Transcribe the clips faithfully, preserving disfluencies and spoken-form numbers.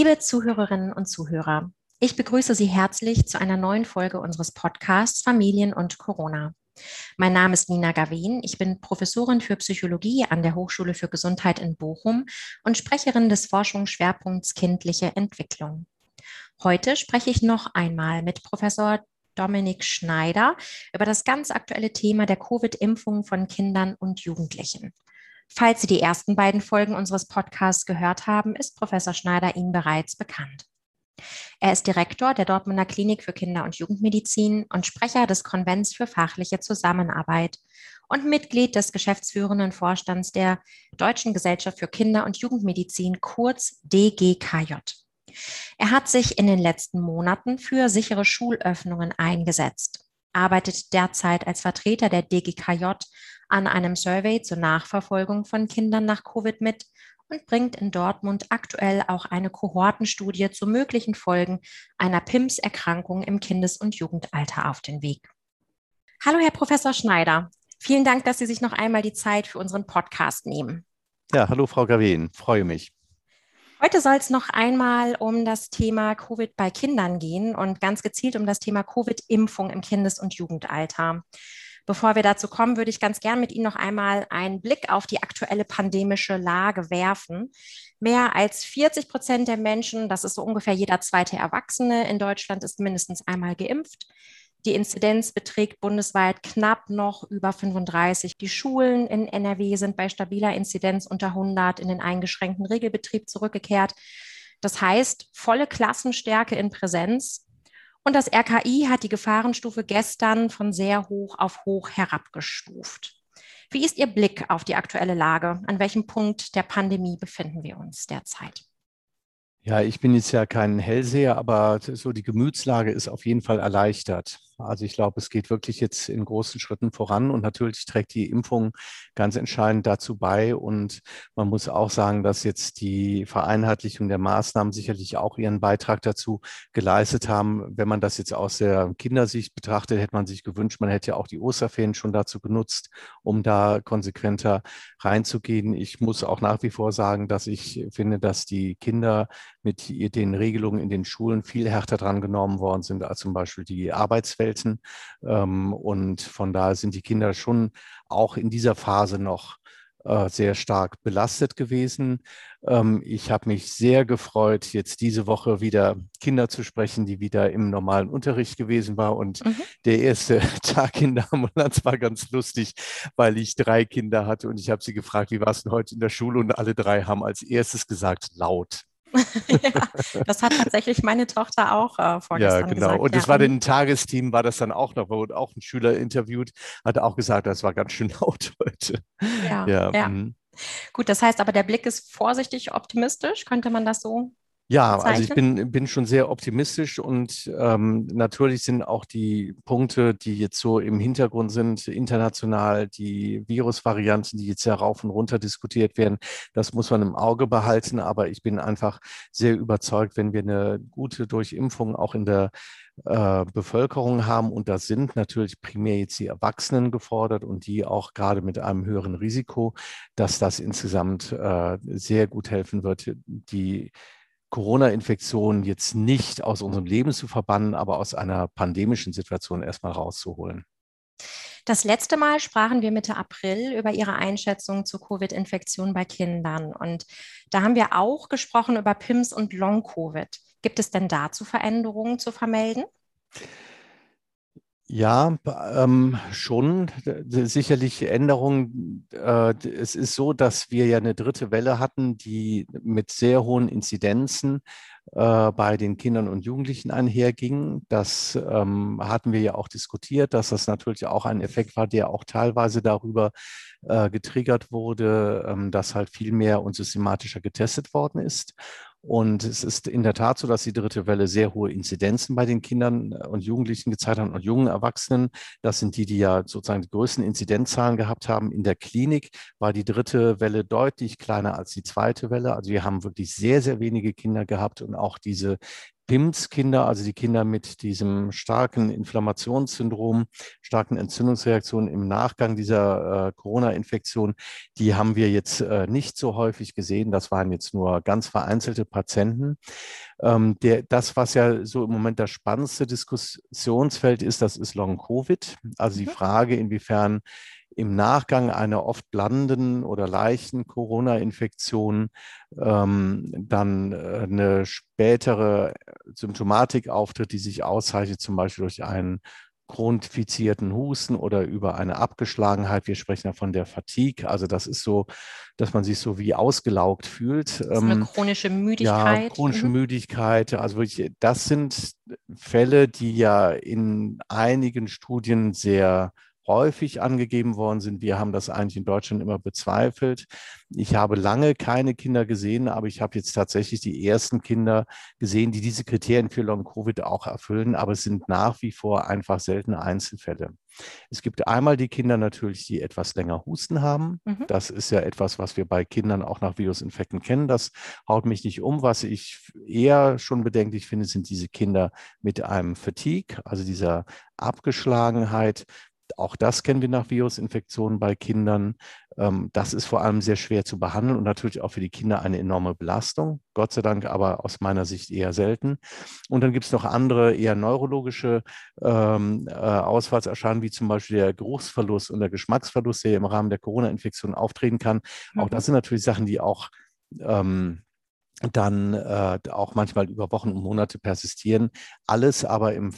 Liebe Zuhörerinnen und Zuhörer, ich begrüße Sie herzlich zu einer neuen Folge unseres Podcasts Familien und Corona. Mein Name ist Nina Gawin, ich bin Professorin für Psychologie an der Hochschule für Gesundheit in Bochum und Sprecherin des Forschungsschwerpunkts kindliche Entwicklung. Heute spreche ich noch einmal mit Professor Dominik Schneider über das ganz aktuelle Thema der Covid-Impfung von Kindern und Jugendlichen. Falls Sie die ersten beiden Folgen unseres Podcasts gehört haben, ist Professor Schneider Ihnen bereits bekannt. Er ist Direktor der Dortmunder Klinik für Kinder- und Jugendmedizin und Sprecher des Konvents für fachliche Zusammenarbeit und Mitglied des geschäftsführenden Vorstands der Deutschen Gesellschaft für Kinder- und Jugendmedizin, kurz D G K J. Er hat sich in den letzten Monaten für sichere Schulöffnungen eingesetzt, arbeitet derzeit als Vertreter der D G K J an einem Survey zur Nachverfolgung von Kindern nach Covid mit und bringt in Dortmund aktuell auch eine Kohortenstudie zu möglichen Folgen einer P I M S-Erkrankung im Kindes- und Jugendalter auf den Weg. Hallo, Herr Professor Schneider. Vielen Dank, dass Sie sich noch einmal die Zeit für unseren Podcast nehmen. Ja, hallo Frau Gawin, freue mich. Heute soll es noch einmal um das Thema Covid bei Kindern gehen und ganz gezielt um das Thema Covid-Impfung im Kindes- und Jugendalter. Bevor wir dazu kommen, würde ich ganz gern mit Ihnen noch einmal einen Blick auf die aktuelle pandemische Lage werfen. Mehr als vierzig Prozent der Menschen, das ist so ungefähr jeder zweite Erwachsene in Deutschland, ist mindestens einmal geimpft. Die Inzidenz beträgt bundesweit knapp noch über fünfunddreißig. Die Schulen in N R W sind bei stabiler Inzidenz unter hundert in den eingeschränkten Regelbetrieb zurückgekehrt. Das heißt, volle Klassenstärke in Präsenz. Und das R K I hat die Gefahrenstufe gestern von sehr hoch auf hoch herabgestuft. Wie ist Ihr Blick auf die aktuelle Lage? An welchem Punkt der Pandemie befinden wir uns derzeit? Ja, ich bin jetzt ja kein Hellseher, aber so die Gemütslage ist auf jeden Fall erleichtert. Also ich glaube, es geht wirklich jetzt in großen Schritten voran und natürlich trägt die Impfung ganz entscheidend dazu bei. Und man muss auch sagen, dass jetzt die Vereinheitlichung der Maßnahmen sicherlich auch ihren Beitrag dazu geleistet haben. Wenn man das jetzt aus der Kindersicht betrachtet, hätte man sich gewünscht, man hätte ja auch die Osterferien schon dazu genutzt, um da konsequenter reinzugehen. Ich muss auch nach wie vor sagen, dass ich finde, dass die Kinder mit den Regelungen in den Schulen viel härter dran genommen worden sind als zum Beispiel die Arbeitswelten. Und von daher sind die Kinder schon auch in dieser Phase noch sehr stark belastet gewesen. Ich habe mich sehr gefreut, jetzt diese Woche wieder Kinder zu sprechen, die wieder im normalen Unterricht gewesen war. Und mhm. der erste Tag in der Ambulanz war ganz lustig, weil ich drei Kinder hatte und ich habe sie gefragt, wie war es denn heute in der Schule? Und alle drei haben als erstes gesagt, laut. Ja, das hat tatsächlich meine Tochter auch äh, vorgestern ja, genau. gesagt. Und ja. es war dann ein Tagesteam, war das dann auch noch, wurde auch ein Schüler interviewt, hat auch gesagt, das war ganz schön laut heute. Ja, ja. ja. Gut, das heißt aber, der Blick ist vorsichtig optimistisch, könnte man das so Ja, bezeichnen? also ich bin, bin schon sehr optimistisch und ähm, natürlich sind auch die Punkte, die jetzt so im Hintergrund sind, international, die Virusvarianten, die jetzt ja rauf und runter diskutiert werden, das muss man im Auge behalten. Aber ich bin einfach sehr überzeugt, wenn wir eine gute Durchimpfung auch in der äh, Bevölkerung haben, und da sind natürlich primär jetzt die Erwachsenen gefordert und die auch gerade mit einem höheren Risiko, dass das insgesamt äh, sehr gut helfen wird, die Corona-Infektion jetzt nicht aus unserem Leben zu verbannen, aber aus einer pandemischen Situation erstmal rauszuholen. Das letzte Mal sprachen wir Mitte April über Ihre Einschätzung zur Covid-Infektion bei Kindern. Und da haben wir auch gesprochen über P I M S und Long-Covid. Gibt es denn dazu Veränderungen zu vermelden? Ja, ähm, schon. Sicherlich Änderungen. Äh, es ist so, dass wir ja eine dritte Welle hatten, die mit sehr hohen Inzidenzen äh, bei den Kindern und Jugendlichen einherging. Das ähm, hatten wir ja auch diskutiert, dass das natürlich auch ein Effekt war, der auch teilweise darüber äh, getriggert wurde, ähm, dass halt viel mehr und systematischer getestet worden ist. Und es ist in der Tat so, dass die dritte Welle sehr hohe Inzidenzen bei den Kindern und Jugendlichen gezeigt hat und jungen Erwachsenen. Das sind die, die ja sozusagen die größten Inzidenzzahlen gehabt haben. In der Klinik war die dritte Welle deutlich kleiner als die zweite Welle. Also wir haben wirklich sehr, sehr wenige Kinder gehabt und auch diese P I M S-Kinder, also die Kinder mit diesem starken Inflammationssyndrom, starken Entzündungsreaktionen im Nachgang dieser äh, Corona-Infektion, die haben wir jetzt äh, nicht so häufig gesehen. Das waren jetzt nur ganz vereinzelte Patienten. Ähm, der, das, was ja so im Moment das spannendste Diskussionsfeld ist, das ist Long-Covid. Also die Mhm. Frage, inwiefern im Nachgang einer oft landenden oder leichten Corona-Infektion ähm, dann äh, eine spätere Symptomatik auftritt, die sich auszeichnet, zum Beispiel durch einen chronifizierten Husten oder über eine Abgeschlagenheit. Wir sprechen ja von der Fatigue. Also das ist so, dass man sich so wie ausgelaugt fühlt. So eine Ähm, chronische ja, Müdigkeit. chronische Mhm. Müdigkeit, also wirklich, das sind Fälle, die ja in einigen Studien sehr häufig angegeben worden sind. Wir haben das eigentlich in Deutschland immer bezweifelt. Ich habe lange keine Kinder gesehen, aber ich habe jetzt tatsächlich die ersten Kinder gesehen, die diese Kriterien für Long-Covid auch erfüllen, aber es sind nach wie vor einfach seltene Einzelfälle. Es gibt einmal die Kinder natürlich, die etwas länger Husten haben. Mhm. Das ist ja etwas, was wir bei Kindern auch nach Virusinfekten kennen. Das haut mich nicht um. Was ich eher schon bedenklich finde, sind diese Kinder mit einem Fatigue, also dieser Abgeschlagenheit. Auch das kennen wir nach Virusinfektionen bei Kindern. Das ist vor allem sehr schwer zu behandeln und natürlich auch für die Kinder eine enorme Belastung. Gott sei Dank aber aus meiner Sicht eher selten. Und dann gibt es noch andere eher neurologische ähm, äh, Ausfallserscheinungen, wie zum Beispiel der Geruchsverlust und der Geschmacksverlust, der im Rahmen der Corona-Infektion auftreten kann. Auch Mhm. das sind natürlich Sachen, die auch ähm, dann äh, auch manchmal über Wochen und Monate persistieren. Alles aber im,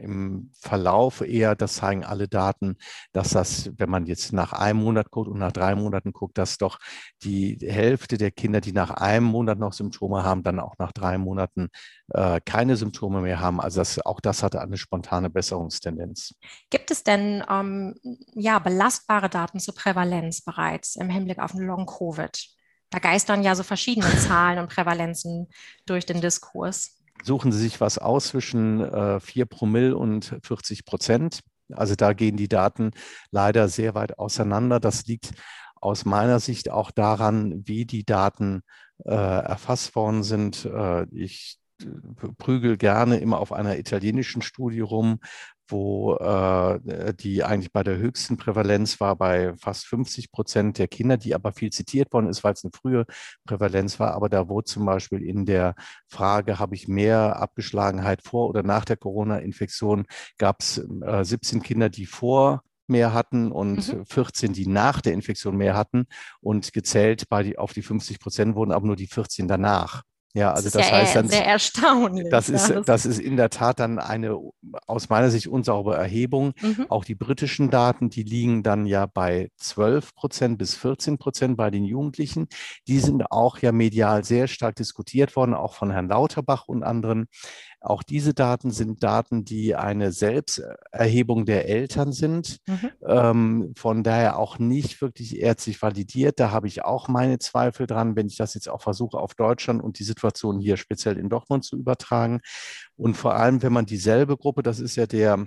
im Verlauf eher, das zeigen alle Daten, dass das, wenn man jetzt nach einem Monat guckt und nach drei Monaten guckt, dass doch die Hälfte der Kinder, die nach einem Monat noch Symptome haben, dann auch nach drei Monaten äh, keine Symptome mehr haben. Also das, auch das hatte eine spontane Besserungstendenz. Gibt es denn ähm, ja, belastbare Daten zur Prävalenz bereits im Hinblick auf den Long-Covid? Da geistern ja so verschiedene Zahlen und Prävalenzen durch den Diskurs. Suchen Sie sich was aus zwischen äh, vier Promille und vierzig Prozent. Also da gehen die Daten leider sehr weit auseinander. Das liegt aus meiner Sicht auch daran, wie die Daten äh, erfasst worden sind. Äh, ich äh, prügel gerne immer auf einer italienischen Studie rum, wo äh, die eigentlich bei der höchsten Prävalenz war, bei fast fünfzig Prozent der Kinder, die aber viel zitiert worden ist, weil es eine frühe Prävalenz war. Aber da wurde zum Beispiel in der Frage, habe ich mehr Abgeschlagenheit vor oder nach der Corona-Infektion, gab es äh, siebzehn Kinder, die vor mehr hatten und Mhm. vierzehn, die nach der Infektion mehr hatten. Und gezählt bei die, auf die fünfzig Prozent wurden aber nur die vierzehn danach. Ja, Das also ist ja das heißt eher dann, sehr erstaunlich. das Ja, ist, das, das ist in der Tat dann eine aus meiner Sicht unsaubere Erhebung. mhm. Auch die britischen Daten, die liegen dann ja bei zwölf Prozent bis vierzehn Prozent bei den Jugendlichen. Die sind auch ja medial sehr stark diskutiert worden, auch von Herrn Lauterbach und anderen. Auch diese Daten sind Daten, die eine Selbsterhebung der Eltern sind, Mhm. ähm, von daher auch nicht wirklich ärztlich validiert. Da habe ich auch meine Zweifel dran, wenn ich das jetzt auch versuche, auf Deutschland und die Situation hier speziell in Dortmund zu übertragen. Und vor allem, wenn man dieselbe Gruppe, das ist ja der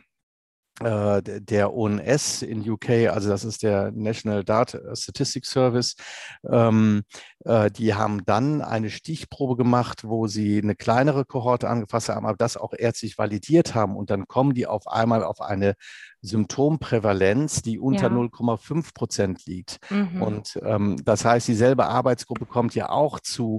äh, der O N S in U K, also das ist der National Data Statistics Service, ähm, äh, die haben dann eine Stichprobe gemacht, wo sie eine kleinere Kohorte angefasst haben, aber das auch ärztlich validiert haben und dann kommen die auf einmal auf eine Symptomprävalenz, die unter Ja. null Komma fünf Prozent liegt. Mhm. Und ähm, das heißt, dieselbe Arbeitsgruppe kommt ja auch zu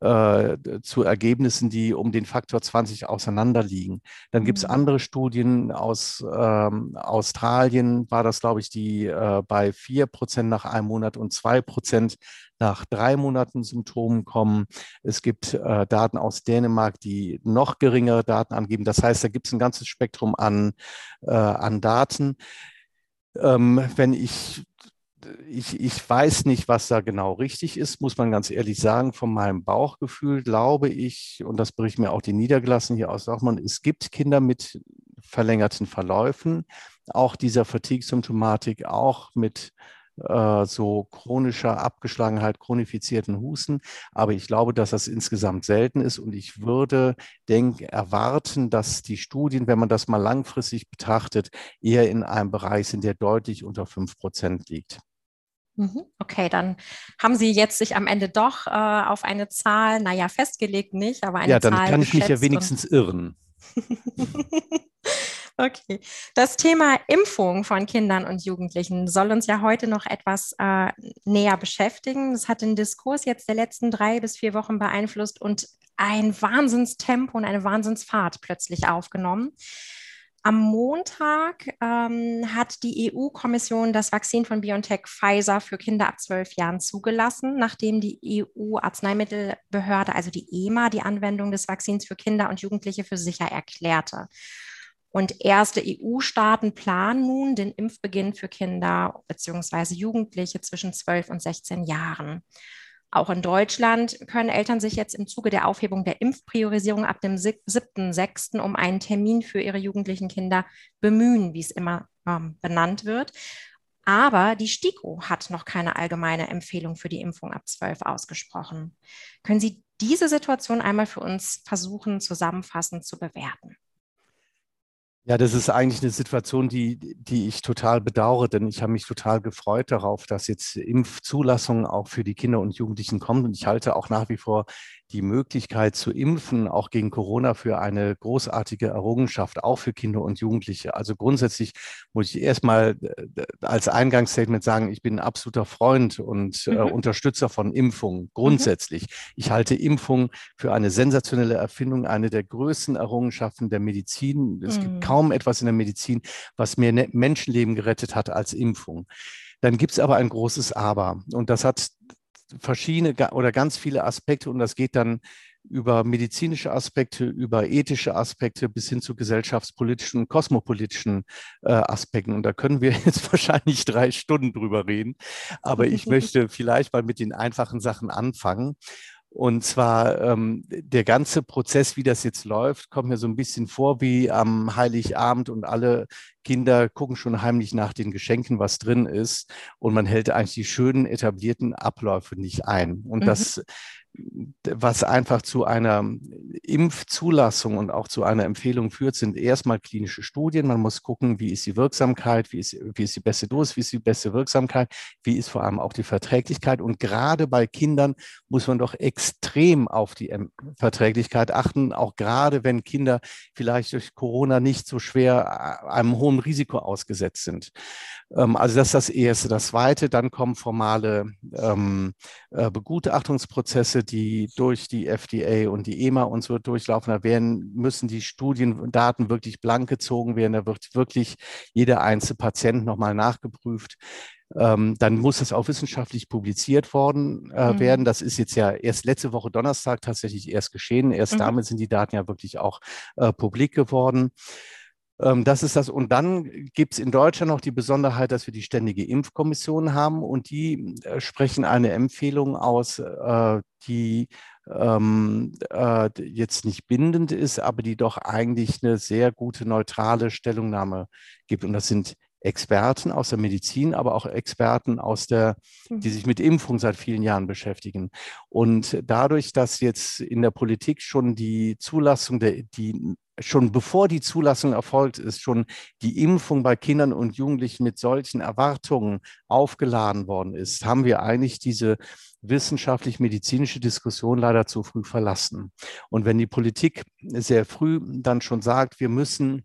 äh, zu Ergebnissen, die um den Faktor zwanzig auseinanderliegen. Dann gibt es Mhm. andere Studien aus ähm, Australien, war das, glaube ich, die äh, bei vier Prozent nach einem Monat und zwei Prozent nach drei Monaten Symptomen kommen. Es gibt äh, Daten aus Dänemark, die noch geringere Daten angeben. Das heißt, da gibt es ein ganzes Spektrum an, äh, an Daten. Ähm, wenn ich ich, ich weiß nicht, was da genau richtig ist, muss man ganz ehrlich sagen. Von meinem Bauchgefühl glaube ich, und das berichten mir auch die Niedergelassenen hier aus Dortmund, es gibt Kinder mit verlängerten Verläufen, auch dieser Fatigue-Symptomatik, auch mit äh, so chronischer Abgeschlagenheit, chronifizierten Husten. Aber ich glaube, dass das insgesamt selten ist und ich würde denk, erwarten, dass die Studien, wenn man das mal langfristig betrachtet, eher in einem Bereich sind, der deutlich unter fünf Prozent liegt. Mhm. Okay, dann haben Sie jetzt sich am Ende doch äh, auf eine Zahl, naja, festgelegt nicht, aber eine Ja, dann Zahl kann ich mich ja geschätzt und wenigstens irren. okay. Das Thema Impfung von Kindern und Jugendlichen soll uns ja heute noch etwas äh, näher beschäftigen. Es hat den Diskurs jetzt der letzten drei bis vier Wochen beeinflusst und ein Wahnsinnstempo und eine Wahnsinnsfahrt plötzlich aufgenommen. Am Montag ähm, hat die E U-Kommission das Vakzin von BioNTech Pfizer für Kinder ab zwölf Jahren zugelassen, nachdem die E U-Arzneimittelbehörde, also die E M A, die Anwendung des Vakzins für Kinder und Jugendliche für sicher erklärte. Und erste E U-Staaten planen nun den Impfbeginn für Kinder bzw. Jugendliche zwischen zwölf und sechzehn Jahren. Auch in Deutschland können Eltern sich jetzt im Zuge der Aufhebung der Impfpriorisierung ab dem siebten sechsten um einen Termin für ihre jugendlichen Kinder bemühen, wie es immer ähm, benannt wird. Aber die STIKO hat noch keine allgemeine Empfehlung für die Impfung ab zwölf ausgesprochen. Können Sie diese Situation einmal für uns versuchen, zusammenfassend zu bewerten? Ja, das ist eigentlich eine Situation, die, die ich total bedauere, denn ich habe mich total gefreut darauf, dass jetzt Impfzulassungen auch für die Kinder und Jugendlichen kommen. Und ich halte auch nach wie vor die Möglichkeit zu impfen, auch gegen Corona, für eine großartige Errungenschaft, auch für Kinder und Jugendliche. Also grundsätzlich muss ich erstmal als Eingangsstatement sagen, ich bin ein absoluter Freund und äh, Mhm. Unterstützer von Impfungen, Mhm. grundsätzlich. Ich halte Impfung für eine sensationelle Erfindung, eine der größten Errungenschaften der Medizin. Es gibt Mhm. kaum etwas in der Medizin, was mehr Menschenleben gerettet hat als Impfung. Dann gibt es aber ein großes Aber. Und das hat verschiedene oder ganz viele Aspekte und das geht dann über medizinische Aspekte, über ethische Aspekte bis hin zu gesellschaftspolitischen und kosmopolitischen äh, Aspekten. Und da können wir jetzt wahrscheinlich drei Stunden drüber reden. Aber ich möchte vielleicht mal mit den einfachen Sachen anfangen. Und zwar ähm, der ganze Prozess, wie das jetzt läuft, kommt mir so ein bisschen vor wie am Heiligabend und alle Kinder gucken schon heimlich nach den Geschenken, was drin ist. Und man hält eigentlich die schönen etablierten Abläufe nicht ein. Und Mhm. das, was einfach zu einer Impfzulassung und auch zu einer Empfehlung führt, sind erstmal klinische Studien. Man muss gucken, wie ist die Wirksamkeit, wie ist, wie ist die beste Dosis, wie ist die beste Wirksamkeit, wie ist vor allem auch die Verträglichkeit. Und gerade bei Kindern muss man doch extrem auf die Verträglichkeit achten, auch gerade wenn Kinder vielleicht durch Corona nicht so schwer einem hohen Risiko ausgesetzt sind. Also das ist das Erste. Das Zweite, dann kommen formale ähm, Begutachtungsprozesse, die durch die F D A und die E M A und so durchlaufen. Da werden, müssen die Studiendaten wirklich blank gezogen werden. Da wird wirklich jeder einzelne Patient nochmal nachgeprüft. Ähm, dann muss es auch wissenschaftlich publiziert worden äh, werden. Mhm. Das ist jetzt ja erst letzte Woche Donnerstag tatsächlich erst geschehen. Erst Mhm. damit sind die Daten ja wirklich auch äh, publik geworden. Ähm, das ist das. Und dann gibt es in Deutschland noch die Besonderheit, dass wir die Ständige Impfkommission haben und die äh, sprechen eine Empfehlung aus, äh, die ähm, äh, jetzt nicht bindend ist, aber die doch eigentlich eine sehr gute neutrale Stellungnahme gibt. Und das sind Experten aus der Medizin, aber auch Experten aus der, die Mhm. sich mit Impfung seit vielen Jahren beschäftigen. Und dadurch, dass jetzt in der Politik schon die Zulassung der, die schon bevor die Zulassung erfolgt ist, schon die Impfung bei Kindern und Jugendlichen mit solchen Erwartungen aufgeladen worden ist, haben wir eigentlich diese wissenschaftlich-medizinische Diskussion leider zu früh verlassen. Und wenn die Politik sehr früh dann schon sagt, wir müssen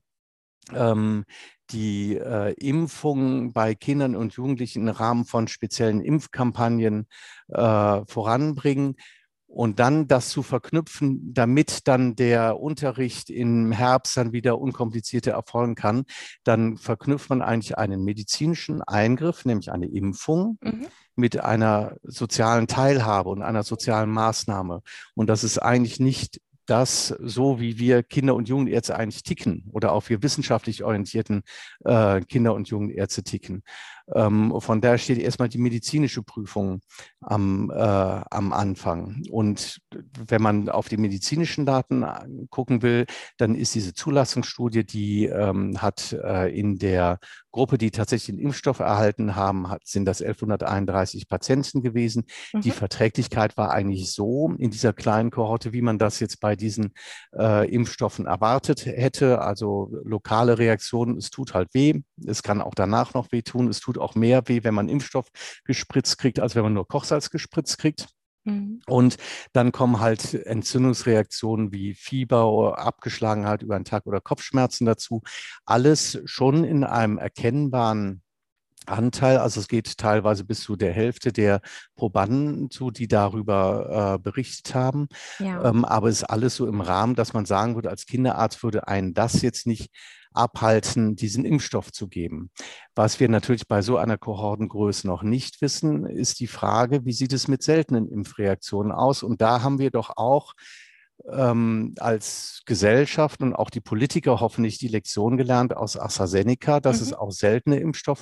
ähm, die äh, Impfung bei Kindern und Jugendlichen im Rahmen von speziellen Impfkampagnen äh, voranbringen, und dann das zu verknüpfen, damit dann der Unterricht im Herbst dann wieder unkomplizierter erfolgen kann, dann verknüpft man eigentlich einen medizinischen Eingriff, nämlich eine Impfung, Mhm. mit einer sozialen Teilhabe und einer sozialen Maßnahme. Und das ist eigentlich nicht das, so wie wir Kinder- und Jugendärzte eigentlich ticken oder auch wir wissenschaftlich orientierten äh, Kinder- und Jugendärzte ticken. Ähm, von daher steht erstmal die medizinische Prüfung am, äh, am Anfang. Und wenn man auf die medizinischen Daten gucken will, dann ist diese Zulassungsstudie, die ähm, hat äh, in der Gruppe, die tatsächlich den Impfstoff erhalten haben, hat, sind das elfhunderteinunddreißig Patienten gewesen. Die Mhm. Verträglichkeit war eigentlich so in dieser kleinen Kohorte, wie man das jetzt bei diesen äh, Impfstoffen erwartet hätte. Also lokale Reaktionen, es tut halt weh, es kann auch danach noch wehtun, es tut tut auch mehr weh, wenn man Impfstoff gespritzt kriegt, als wenn man nur Kochsalz gespritzt kriegt. Mhm. Und dann kommen halt Entzündungsreaktionen wie Fieber, Abgeschlagenheit über einen Tag oder Kopfschmerzen dazu. Alles schon in einem erkennbaren Anteil, also es geht teilweise bis zu der Hälfte der Probanden zu, die darüber äh, berichtet haben. Ja. Ähm, aber es ist alles so im Rahmen, dass man sagen würde, als Kinderarzt würde einen das jetzt nicht abhalten, diesen Impfstoff zu geben. Was wir natürlich bei so einer Kohortengröße noch nicht wissen, ist die Frage, wie sieht es mit seltenen Impfreaktionen aus? Und da haben wir doch auch ähm, als Gesellschaft und auch die Politiker hoffentlich die Lektion gelernt aus AstraZeneca, dass mhm. es auch seltene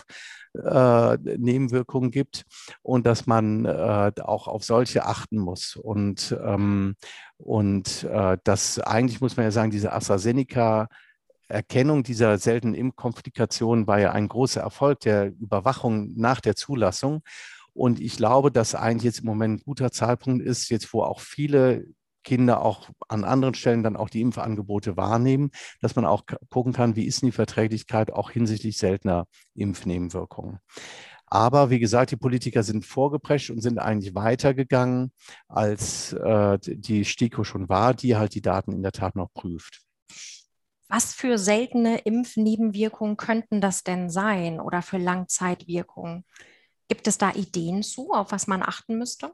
Impfstoffnebenwirkungen äh, gibt und dass man äh, auch auf solche achten muss. Und, ähm, und äh, das eigentlich muss man ja sagen, diese AstraZeneca Erkennung dieser seltenen Impfkomplikationen war ja ein großer Erfolg der Überwachung nach der Zulassung. Und ich glaube, dass eigentlich jetzt im Moment ein guter Zeitpunkt ist, jetzt wo auch viele Kinder auch an anderen Stellen dann auch die Impfangebote wahrnehmen, dass man auch gucken kann, wie ist denn die Verträglichkeit auch hinsichtlich seltener Impfnebenwirkungen. Aber wie gesagt, die Politiker sind vorgeprescht und sind eigentlich weitergegangen, als äh, die STIKO schon war, die halt die Daten in der Tat noch prüft. Was für seltene Impfnebenwirkungen könnten das denn sein oder für Langzeitwirkungen? Gibt es da Ideen zu, auf was man achten müsste?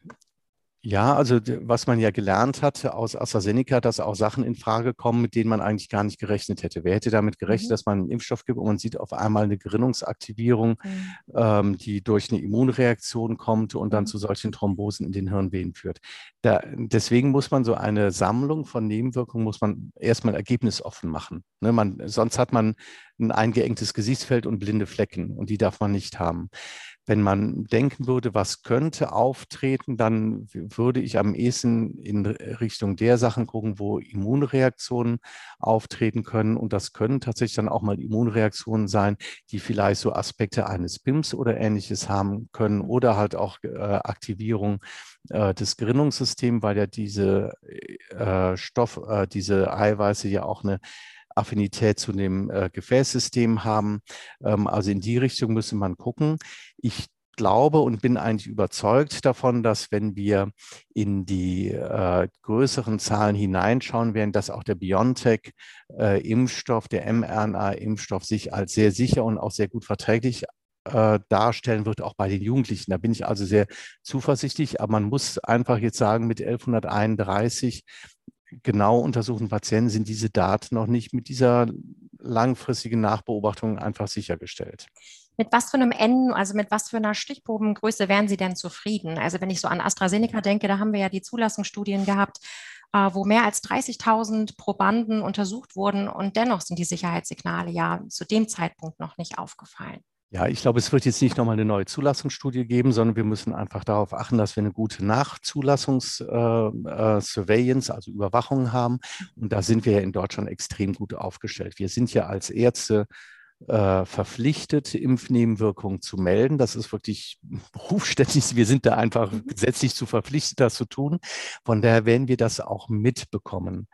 Ja, also was man ja gelernt hat aus AstraZeneca, dass auch Sachen in Frage kommen, mit denen man eigentlich gar nicht gerechnet hätte. Wer hätte damit gerechnet, mhm. dass man einen Impfstoff gibt und man sieht auf einmal eine Gerinnungsaktivierung, mhm. ähm, die durch eine Immunreaktion kommt und dann mhm. zu solchen Thrombosen in den Hirnvenen führt. Da, deswegen muss man so eine Sammlung von Nebenwirkungen, muss man erstmal ergebnisoffen machen. Ne, man, sonst hat man ein eingeengtes Gesichtsfeld und blinde Flecken und die darf man nicht haben. Wenn man denken würde, was könnte auftreten, dann würde ich am ehesten in Richtung der Sachen gucken, wo Immunreaktionen auftreten können. Und das können tatsächlich dann auch mal Immunreaktionen sein, die vielleicht so Aspekte eines B I M S oder Ähnliches haben können oder halt auch äh, Aktivierung äh, des Gerinnungssystems, weil ja diese äh, Stoff, äh, diese Eiweiße ja auch eine Affinität zu dem äh, Gefäßsystem haben. Ähm, also in die Richtung müsste man gucken. Ich glaube und bin eigentlich überzeugt davon, dass wenn wir in die äh, größeren Zahlen hineinschauen werden, dass auch der BioNTech-Impfstoff, äh, der mRNA-Impfstoff sich als sehr sicher und auch sehr gut verträglich äh, darstellen wird, auch bei den Jugendlichen. Da bin ich also sehr zuversichtlich, aber man muss einfach jetzt sagen, mit elfhunderteinunddreißig genau untersuchten Patienten sind diese Daten noch nicht mit dieser langfristigen Nachbeobachtung einfach sichergestellt. Mit was für einem N, also mit was für einer Stichprobengröße wären Sie denn zufrieden? Also wenn ich so an AstraZeneca denke, da haben wir ja die Zulassungsstudien gehabt, äh, wo mehr als dreißigtausend Probanden untersucht wurden und dennoch sind die Sicherheitssignale ja zu dem Zeitpunkt noch nicht aufgefallen. Ja, ich glaube, es wird jetzt nicht nochmal eine neue Zulassungsstudie geben, sondern wir müssen einfach darauf achten, dass wir eine gute Nachzulassungs-Surveillance, äh, äh, also Überwachung haben. Und da sind wir ja in Deutschland extrem gut aufgestellt. Wir sind ja als Ärzte äh, verpflichtet, Impfnebenwirkungen zu melden. Das ist wirklich berufsständlich. Wir sind da einfach gesetzlich zu verpflichtet, das zu tun. Von daher werden wir das auch mitbekommen.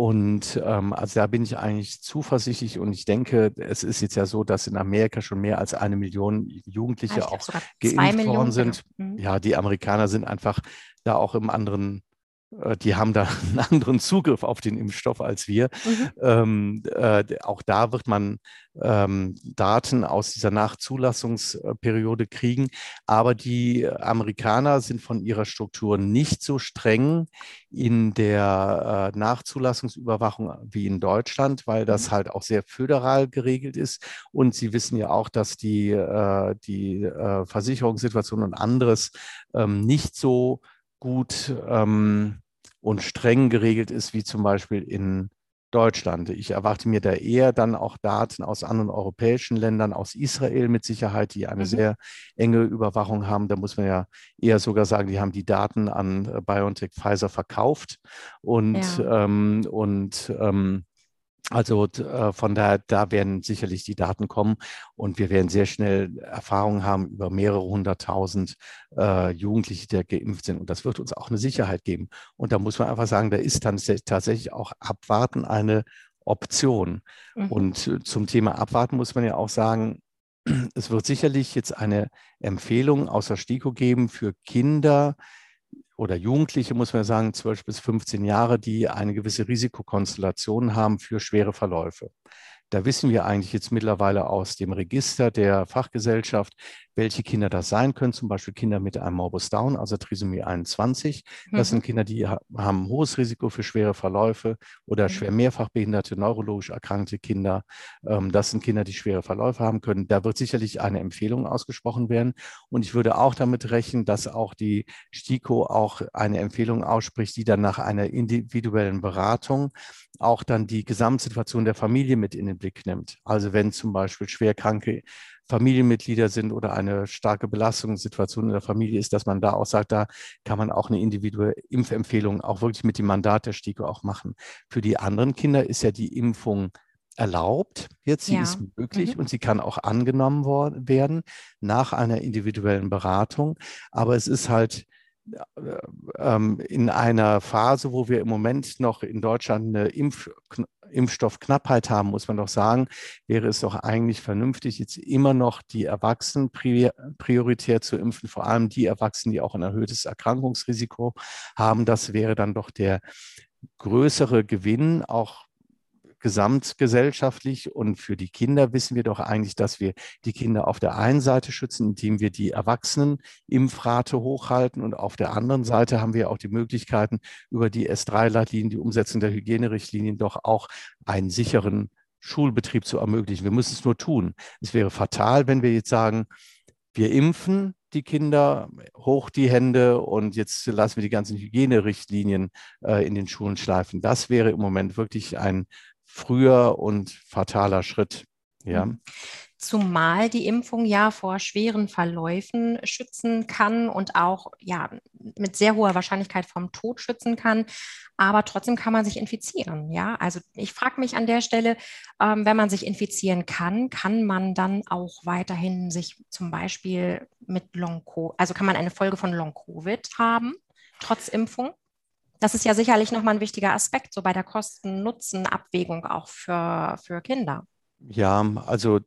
Und ähm, also da bin ich eigentlich zuversichtlich und ich denke, es ist jetzt ja so, dass in Amerika schon mehr als eine Million Jugendliche ja, auch geimpft worden sind. Genau. Mhm. Ja, die Amerikaner sind einfach da auch im anderen die haben da einen anderen Zugriff auf den Impfstoff als wir. Mhm. Ähm, äh, auch da wird man ähm, Daten aus dieser Nachzulassungsperiode kriegen. Aber die Amerikaner sind von ihrer Struktur nicht so streng in der äh, Nachzulassungsüberwachung wie in Deutschland, weil das mhm. halt auch sehr föderal geregelt ist. Und Sie wissen ja auch, dass die, äh, die äh, Versicherungssituation und anderes ähm, nicht so gut ähm, und streng geregelt ist, wie zum Beispiel in Deutschland. Ich erwarte mir da eher dann auch Daten aus anderen europäischen Ländern, aus Israel mit Sicherheit, die eine mhm. sehr enge Überwachung haben. Da muss man ja eher sogar sagen, die haben die Daten an BioNTech Pfizer verkauft und, ja. ähm, und ähm, Also äh, von daher, da werden sicherlich die Daten kommen und wir werden sehr schnell Erfahrungen haben über mehrere hunderttausend äh, Jugendliche, die geimpft sind. Und das wird uns auch eine Sicherheit geben. Und da muss man einfach sagen, da ist dann tatsächlich auch Abwarten eine Option. Mhm. Und zum Thema Abwarten muss man ja auch sagen, es wird sicherlich jetzt eine Empfehlung aus der STIKO geben für Kinder oder Jugendliche, muss man sagen, zwölf bis fünfzehn Jahre, die eine gewisse Risikokonstellation haben für schwere Verläufe. Da wissen wir eigentlich jetzt mittlerweile aus dem Register der Fachgesellschaft, welche Kinder das sein können, zum Beispiel Kinder mit einem Morbus Down, also Trisomie einundzwanzig. Das mhm. sind Kinder, die haben ein hohes Risiko für schwere Verläufe oder schwer mehrfach behinderte, neurologisch erkrankte Kinder. Das sind Kinder, die schwere Verläufe haben können. Da wird sicherlich eine Empfehlung ausgesprochen werden. Und ich würde auch damit rechnen, dass auch die STIKO auch eine Empfehlung ausspricht, die dann nach einer individuellen Beratung auch dann die Gesamtsituation der Familie mit in den Blick nimmt. Also wenn zum Beispiel schwerkranke Familienmitglieder sind oder eine starke Belastungssituation in der Familie ist, dass man da auch sagt, da kann man auch eine individuelle Impfempfehlung auch wirklich mit dem Mandat der STIKO auch machen. Für die anderen Kinder ist ja die Impfung erlaubt. Jetzt, sie ja. ist möglich mhm. und sie kann auch angenommen werden nach einer individuellen Beratung. Aber es ist halt in einer Phase, wo wir im Moment noch in Deutschland eine Impf Impfstoffknappheit haben, muss man doch sagen, wäre es doch eigentlich vernünftig, jetzt immer noch die Erwachsenen prioritär zu impfen, vor allem die Erwachsenen, die auch ein erhöhtes Erkrankungsrisiko haben. Das wäre dann doch der größere Gewinn, auch gesamtgesellschaftlich. Und für die Kinder wissen wir doch eigentlich, dass wir die Kinder auf der einen Seite schützen, indem wir die Erwachsenenimpfrate hochhalten. Und auf der anderen Seite haben wir auch die Möglichkeiten, über die S drei Leitlinien, die Umsetzung der Hygienerichtlinien, doch auch einen sicheren Schulbetrieb zu ermöglichen. Wir müssen es nur tun. Es wäre fatal, wenn wir jetzt sagen, wir impfen die Kinder, hoch die Hände und jetzt lassen wir die ganzen Hygienerichtlinien äh, in den Schulen schleifen. Das wäre im Moment wirklich ein früher und fataler Schritt. Ja. Zumal die Impfung ja vor schweren Verläufen schützen kann und auch ja, mit sehr hoher Wahrscheinlichkeit vom Tod schützen kann. Aber trotzdem kann man sich infizieren. Ja? Also ich frage mich an der Stelle, ähm, wenn man sich infizieren kann, kann man dann auch weiterhin sich zum Beispiel mit Long-Covid, also kann man eine Folge von Long-Covid haben, trotz Impfung? Das ist ja sicherlich nochmal ein wichtiger Aspekt, so bei der Kosten-Nutzen-Abwägung auch für, für Kinder. Ja, also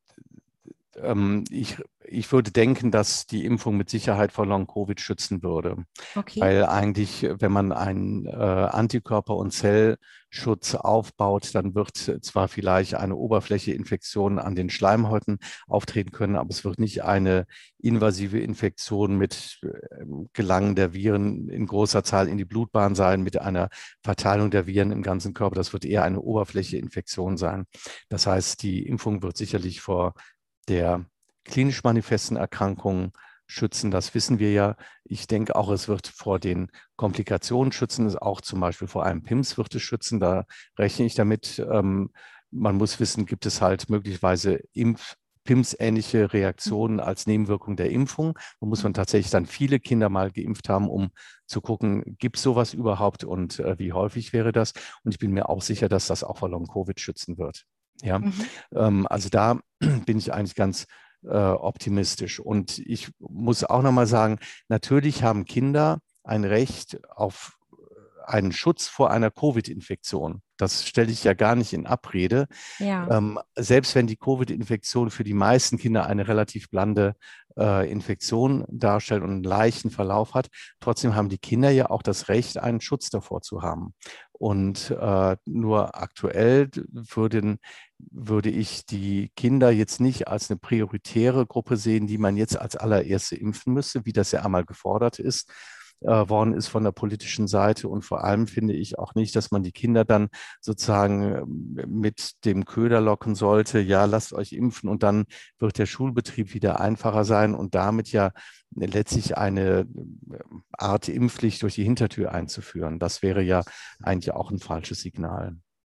ähm, ich, ich würde denken, dass die Impfung mit Sicherheit vor Long-Covid schützen würde. Okay. Weil eigentlich, wenn man einen äh, Antikörper- und Zellschutz aufbaut, dann wird zwar vielleicht eine Oberflächeinfektion an den Schleimhäuten auftreten können, aber es wird nicht eine invasive Infektion mit äh, Gelangen der Viren in großer Zahl in die Blutbahn sein, mit einer Verteilung der Viren im ganzen Körper. Das wird eher eine Oberflächeinfektion sein. Das heißt, die Impfung wird sicherlich vor der klinisch manifesten Erkrankungen schützen, das wissen wir ja. Ich denke auch, es wird vor den Komplikationen schützen, auch zum Beispiel vor einem P I M S wird es schützen, da rechne ich damit. Ähm, man muss wissen, gibt es halt möglicherweise Impf P I M S-ähnliche Reaktionen als Nebenwirkung der Impfung. Da muss man tatsächlich dann viele Kinder mal geimpft haben, um zu gucken, gibt es sowas überhaupt und äh, wie häufig wäre das? Und ich bin mir auch sicher, dass das auch vor Long-Covid schützen wird. Ja, mhm. ähm, also da bin ich eigentlich ganz äh, optimistisch. Und ich muss auch nochmal sagen, natürlich haben Kinder ein Recht auf einen Schutz vor einer Covid-Infektion. Das stelle ich ja gar nicht in Abrede. Ja. Ähm, selbst wenn die Covid-Infektion für die meisten Kinder eine relativ blande äh, Infektion darstellt und einen leichten Verlauf hat, trotzdem haben die Kinder ja auch das Recht, einen Schutz davor zu haben. Und äh, nur aktuell würden, würde ich die Kinder jetzt nicht als eine prioritäre Gruppe sehen, die man jetzt als allererste impfen müsste, wie das ja einmal gefordert ist. worden ist von der politischen Seite. Und vor allem finde ich auch nicht, dass man die Kinder dann sozusagen mit dem Köder locken sollte, ja, lasst euch impfen und dann wird der Schulbetrieb wieder einfacher sein und damit ja letztlich eine Art Impfpflicht durch die Hintertür einzuführen. Das wäre ja eigentlich auch ein falsches Signal.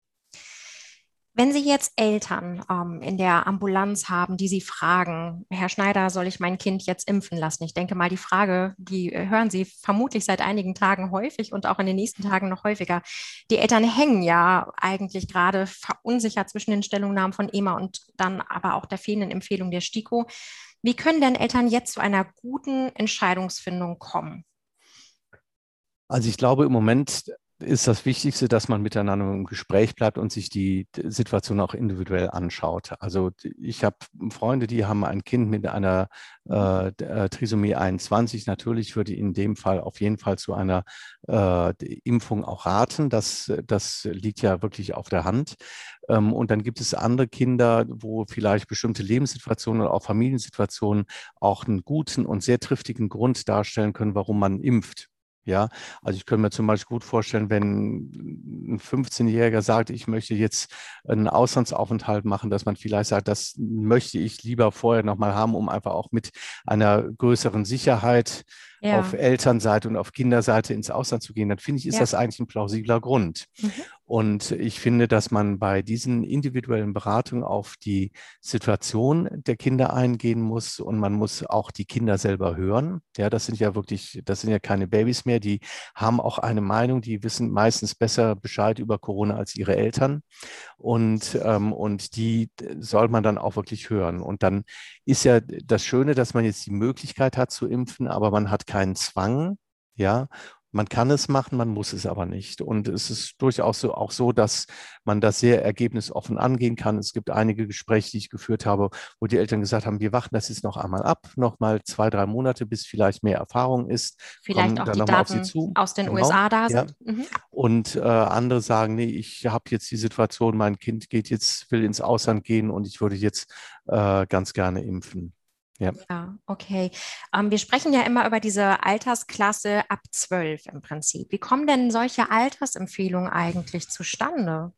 Wenn Sie jetzt Eltern ähm, in der Ambulanz haben, die Sie fragen, Herr Schneider, soll ich mein Kind jetzt impfen lassen? Ich denke mal, die Frage, die hören Sie vermutlich seit einigen Tagen häufig und auch in den nächsten Tagen noch häufiger. Die Eltern hängen ja eigentlich gerade verunsichert zwischen den Stellungnahmen von E M A und dann aber auch der fehlenden Empfehlung der STIKO. Wie können denn Eltern jetzt zu einer guten Entscheidungsfindung kommen? Also ich glaube im Moment ist das Wichtigste, dass man miteinander im Gespräch bleibt und sich die Situation auch individuell anschaut. Also ich habe Freunde, die haben ein Kind mit einer äh, äh, Trisomie einundzwanzig. Natürlich würde ich in dem Fall auf jeden Fall zu einer äh, Impfung auch raten. Das, das liegt ja wirklich auf der Hand. Ähm, und dann gibt es andere Kinder, wo vielleicht bestimmte Lebenssituationen oder auch Familiensituationen auch einen guten und sehr triftigen Grund darstellen können, warum man impft. Ja, also ich könnte mir zum Beispiel gut vorstellen, wenn ein fünfzehnjähriger sagt, ich möchte jetzt einen Auslandsaufenthalt machen, dass man vielleicht sagt, das möchte ich lieber vorher nochmal haben, um einfach auch mit einer größeren Sicherheit auf Ja, Elternseite und auf Kinderseite ins Ausland zu gehen, dann finde ich, ist ja. das eigentlich ein plausibler Grund. Mhm. Und ich finde, dass man bei diesen individuellen Beratungen auf die Situation der Kinder eingehen muss und man muss auch die Kinder selber hören. Ja, das sind ja wirklich, das sind ja keine Babys mehr, die haben auch eine Meinung, die wissen meistens besser Bescheid über Corona als ihre Eltern. Und, ähm, und die soll man dann auch wirklich hören. Und dann ist ja das Schöne, dass man jetzt die Möglichkeit hat zu impfen, aber man hat keinen Zwang. Ja, man kann es machen, man muss es aber nicht. Und es ist durchaus so, auch so, dass man das sehr ergebnisoffen angehen kann. Es gibt einige Gespräche, die ich geführt habe, wo die Eltern gesagt haben, wir warten das jetzt noch einmal ab, noch mal zwei, drei Monate, bis vielleicht mehr Erfahrung ist, Vielleicht kommen auch dann die nochmal auf Sie Daten zu. aus den Genau, U S A da ja. sind. Mhm. Und äh, andere sagen, nee, ich habe jetzt die Situation, mein Kind geht jetzt, will ins Ausland gehen und ich würde jetzt äh, ganz gerne impfen. Ja. Ja, okay. Ähm, wir sprechen ja immer über diese Altersklasse ab zwölf im Prinzip. Wie kommen denn solche Altersempfehlungen eigentlich zustande?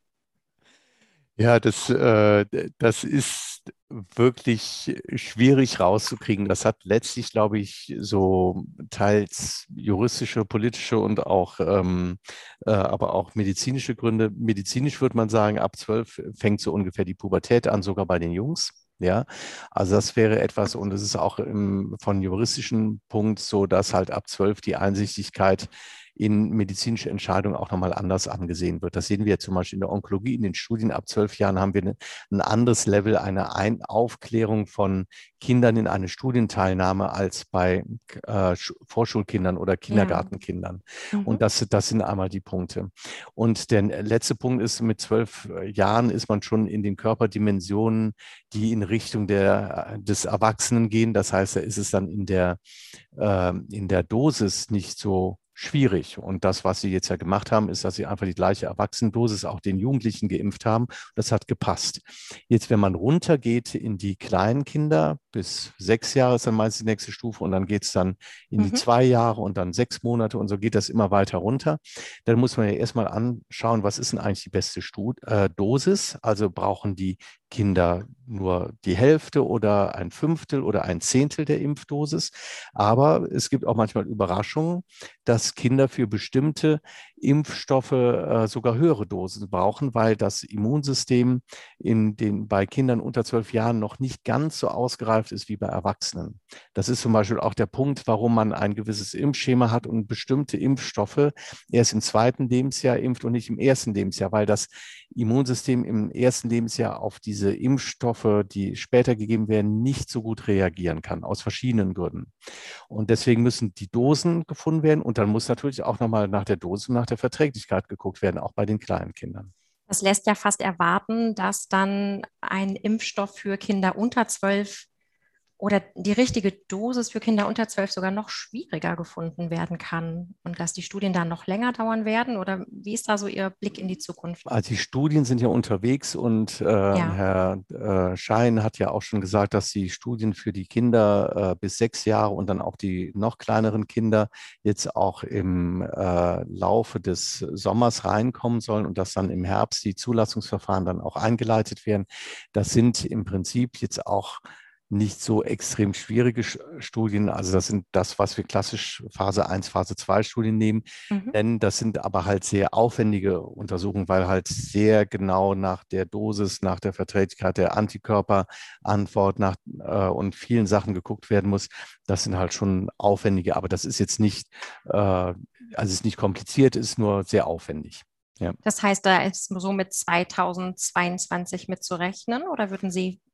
Ja, das, äh, das ist wirklich schwierig rauszukriegen. Das hat letztlich, glaube ich, so teils juristische, politische und auch, ähm, äh, aber auch medizinische Gründe. Medizinisch würde man sagen, ab zwölf fängt so ungefähr die Pubertät an, sogar bei den Jungs. Ja, also das wäre etwas, und es ist auch im, von juristischen Punkt so, dass halt ab zwölf die Einsichtigkeit in medizinische Entscheidungen auch nochmal anders angesehen wird. Das sehen wir zum Beispiel in der Onkologie. In den Studien ab zwölf Jahren haben wir eine, ein anderes Level, eine ein Aufklärung von Kindern in eine Studienteilnahme als bei äh, Vorschulkindern oder Ja. Kindergartenkindern. Und Mhm. das, das sind einmal die Punkte. Und der letzte Punkt ist, mit zwölf Jahren ist man schon in den Körperdimensionen, die in Richtung der, des Erwachsenen gehen. Das heißt, da ist es dann in der, äh, in der Dosis nicht so schwierig. Und das, was Sie jetzt ja gemacht haben, ist, dass Sie einfach die gleiche Erwachsenendosis auch den Jugendlichen geimpft haben. Das hat gepasst. Jetzt, wenn man runtergeht in die kleinen Kinder, bis sechs Jahre ist dann meist die nächste Stufe und dann geht es dann in die Mhm. zwei Jahre und dann sechs Monate und so geht das immer weiter runter. Dann muss man ja erstmal anschauen, was ist denn eigentlich die beste Stu äh, Dosis? Also brauchen die Kinder nur die Hälfte oder ein Fünftel oder ein Zehntel der Impfdosis. Aber es gibt auch manchmal Überraschungen, dass Kinder für bestimmte Impfstoffe äh, sogar höhere Dosen brauchen, weil das Immunsystem in den, bei Kindern unter zwölf Jahren noch nicht ganz so ausgereift ist wie bei Erwachsenen. Das ist zum Beispiel auch der Punkt, warum man ein gewisses Impfschema hat und bestimmte Impfstoffe erst im zweiten Lebensjahr impft und nicht im ersten Lebensjahr, weil das Immunsystem im ersten Lebensjahr auf diese Impfstoffe, die später gegeben werden, nicht so gut reagieren kann, aus verschiedenen Gründen. Und deswegen müssen die Dosen gefunden werden und dann muss natürlich auch nochmal nach der Dosis und nach der Verträglichkeit geguckt werden, auch bei den kleinen Kindern. Das lässt ja fast erwarten, dass dann ein Impfstoff für Kinder unter zwölf oder die richtige Dosis für Kinder unter zwölf sogar noch schwieriger gefunden werden kann und dass die Studien dann noch länger dauern werden? Oder wie ist da so Ihr Blick in die Zukunft? Also die Studien sind ja unterwegs und äh, Ja. Herr äh, Schein hat ja auch schon gesagt, dass die Studien für die Kinder äh, bis sechs Jahre und dann auch die noch kleineren Kinder jetzt auch im äh, Laufe des Sommers reinkommen sollen und dass dann im Herbst die Zulassungsverfahren dann auch eingeleitet werden. Das sind im Prinzip jetzt auch nicht so extrem schwierige Studien. Also das sind das, was wir klassisch Phase eins, Phase zwei Studien nehmen. Mhm. Denn das sind aber halt sehr aufwendige Untersuchungen, weil halt sehr genau nach der Dosis, nach der Verträglichkeit der Antikörperantwort nach, äh, und vielen Sachen geguckt werden muss. Das sind halt schon aufwendige, aber das ist jetzt nicht, äh, also es ist nicht kompliziert, ist nur sehr aufwendig. Ja. Das heißt, da ist so mit zweitausendzweiundzwanzig mit zu rechnen oder würden Sie